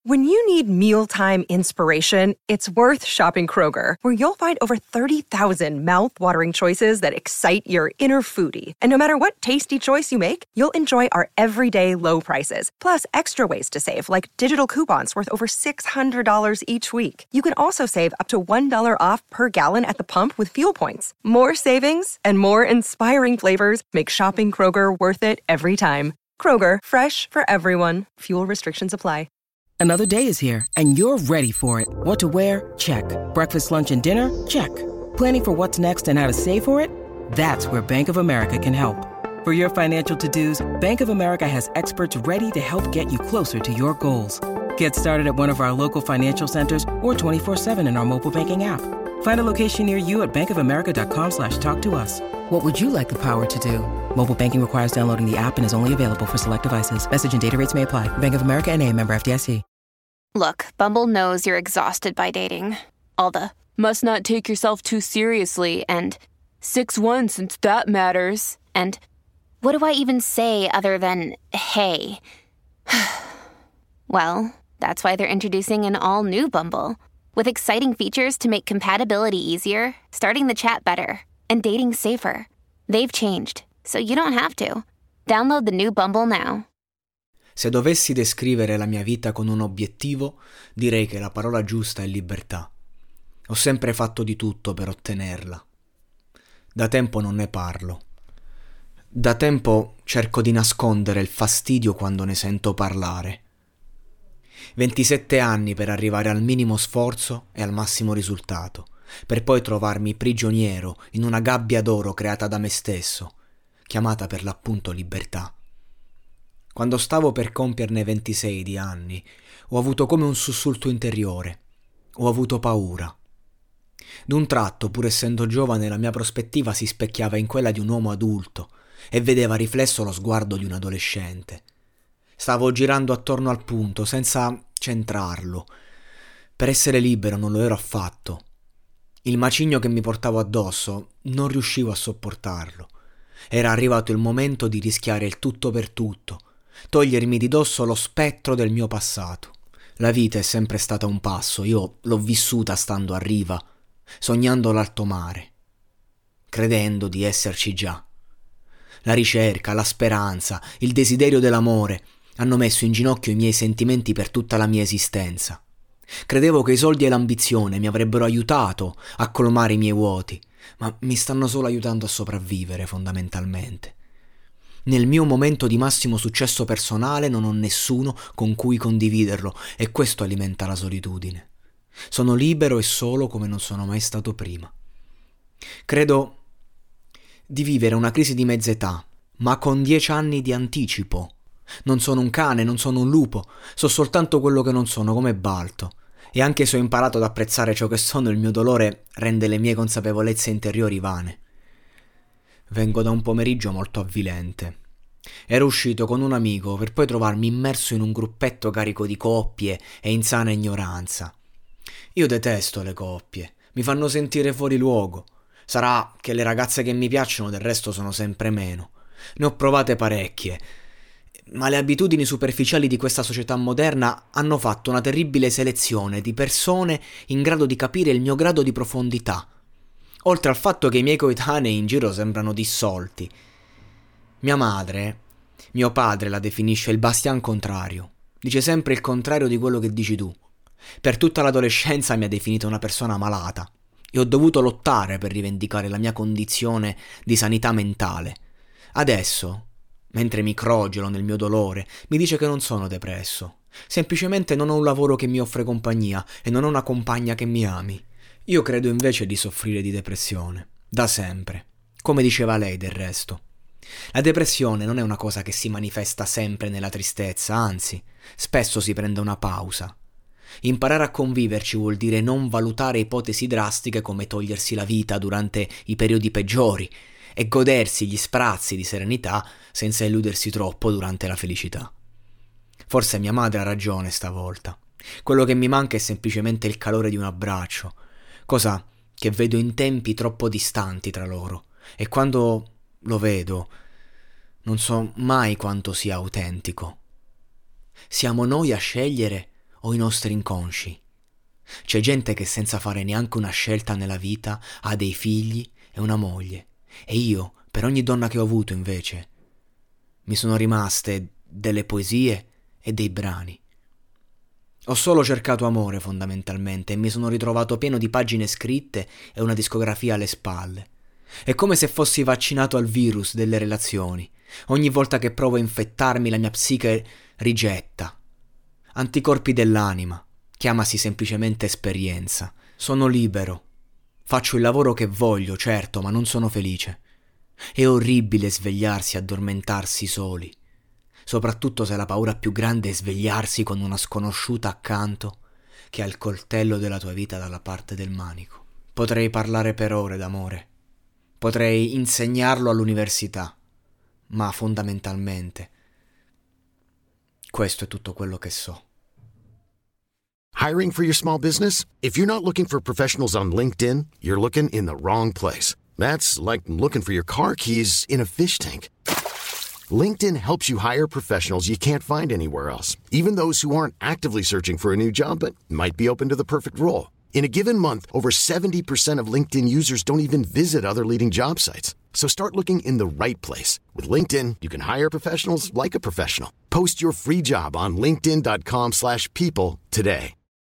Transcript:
When you need mealtime inspiration, it's worth shopping Kroger, where you'll find over 30,000 mouth-watering choices that excite your inner foodie. And no matter what tasty choice you make, you'll enjoy our everyday low prices, plus extra ways to save, like digital coupons worth over $600 each week. You can also save up to $1 off per gallon at the pump with fuel points. More savings and more inspiring flavors make shopping Kroger worth it every time. Kroger, fresh for everyone. Fuel restrictions apply. Another day is here, and you're ready for it. What to wear? Check. Breakfast, lunch, and dinner? Check. Planning for what's next and how to save for it? That's where Bank of America can help. For your financial to-dos, Bank of America has experts ready to help get you closer to your goals. Get started at one of our local financial centers or 24/7 in our mobile banking app. Find a location near you at bankofamerica.com/talktous. What would you like the power to do? Mobile banking requires downloading the app and is only available for select devices. Message and data rates may apply. Bank of America N.A., member FDIC. Look, Bumble knows you're exhausted by dating. All the must not take yourself too seriously and 6'1" since that matters. And what do I even say other than hey? Well, that's why they're introducing an all-new Bumble with exciting features to make compatibility easier, starting the chat better, and dating safer. They've changed, so you don't have to. Download the new Bumble now. Se dovessi descrivere la mia vita con un obiettivo, direi che la parola giusta è libertà. Ho sempre fatto di tutto per ottenerla. Da tempo non ne parlo. Da tempo cerco di nascondere il fastidio quando ne sento parlare. 27 anni per arrivare al minimo sforzo e al massimo risultato, per poi trovarmi prigioniero in una gabbia d'oro creata da me stesso, chiamata per l'appunto libertà. Quando stavo per compierne 26 di anni, ho avuto come un sussulto interiore. Ho avuto paura. D'un tratto, pur essendo giovane, la mia prospettiva si specchiava in quella di un uomo adulto e vedeva riflesso lo sguardo di un adolescente. Stavo girando attorno al punto, senza centrarlo. Per essere libero non lo ero affatto. Il macigno che mi portavo addosso non riuscivo a sopportarlo. Era arrivato il momento di rischiare il tutto per tutto, togliermi di dosso lo spettro del mio passato. La vita è sempre stata un passo, io l'ho vissuta stando a riva, sognando l'alto mare, credendo di esserci già. La ricerca, la speranza, il desiderio dell'amore hanno messo in ginocchio i miei sentimenti per tutta la mia esistenza. Credevo che i soldi e l'ambizione mi avrebbero aiutato a colmare i miei vuoti, ma mi stanno solo aiutando a sopravvivere fondamentalmente. Nel mio momento di massimo successo personale non ho nessuno con cui condividerlo e questo alimenta la solitudine. Sono libero e solo come non sono mai stato prima. Credo di vivere una crisi di mezza età, ma con 10 anni di anticipo. Non sono un cane, non sono un lupo, so soltanto quello che non sono, come Balto. E anche se ho imparato ad apprezzare ciò che sono, il mio dolore rende le mie consapevolezze interiori vane. Vengo da un pomeriggio molto avvilente. Ero uscito con un amico per poi trovarmi immerso in un gruppetto carico di coppie e insana ignoranza. Io detesto le coppie, mi fanno sentire fuori luogo. Sarà che le ragazze che mi piacciono del resto sono sempre meno. Ne ho provate parecchie, ma le abitudini superficiali di questa società moderna hanno fatto una terribile selezione di persone in grado di capire il mio grado di profondità. Oltre al fatto che i miei coetanei in giro sembrano dissolti. Mio padre la definisce il bastian contrario. Dice sempre il contrario di quello che dici tu. Per tutta l'adolescenza mi ha definito una persona malata e ho dovuto lottare per rivendicare la mia condizione di sanità mentale. Adesso, mentre mi crogiolo nel mio dolore, mi dice che non sono depresso. Semplicemente non ho un lavoro che mi offre compagnia e non ho una compagna che mi ami. Io credo invece di soffrire di depressione, da sempre, come diceva lei del resto. La depressione non è una cosa che si manifesta sempre nella tristezza, anzi, spesso si prende una pausa. Imparare a conviverci vuol dire non valutare ipotesi drastiche come togliersi la vita durante i periodi peggiori e godersi gli sprazzi di serenità senza illudersi troppo durante la felicità. Forse mia madre ha ragione stavolta. Quello che mi manca è semplicemente il calore di un abbraccio, cosa che vedo in tempi troppo distanti tra loro, e quando lo vedo non so mai quanto sia autentico. Siamo noi a scegliere o i nostri inconsci. C'è gente che senza fare neanche una scelta nella vita ha dei figli e una moglie. E io, per ogni donna che ho avuto invece, mi sono rimaste delle poesie e dei brani. Ho solo cercato amore fondamentalmente e mi sono ritrovato pieno di pagine scritte e una discografia alle spalle. È come se fossi vaccinato al virus delle relazioni. Ogni volta che provo a infettarmi la mia psiche rigetta. Anticorpi dell'anima, chiamasi semplicemente esperienza. Sono libero. Faccio il lavoro che voglio, certo, ma non sono felice. È orribile svegliarsi e addormentarsi soli. Soprattutto se la paura più grande è svegliarsi con una sconosciuta accanto che ha il coltello della tua vita dalla parte del manico. Potrei parlare per ore d'amore. Potrei insegnarlo all'università. Ma fondamentalmente questo è tutto quello che so. Hiring for your small business? If you're not looking for professionals on LinkedIn, you're looking in the wrong place. That's like looking for your car keys in a fish tank. LinkedIn helps you hire professionals you can't find anywhere else, even those who aren't actively searching for a new job but might be open to the perfect role. In a given month, over 70% of LinkedIn users don't even visit other leading job sites. So start looking in the right place. With LinkedIn, you can hire professionals like a professional. Post your free job on linkedin.com/people today.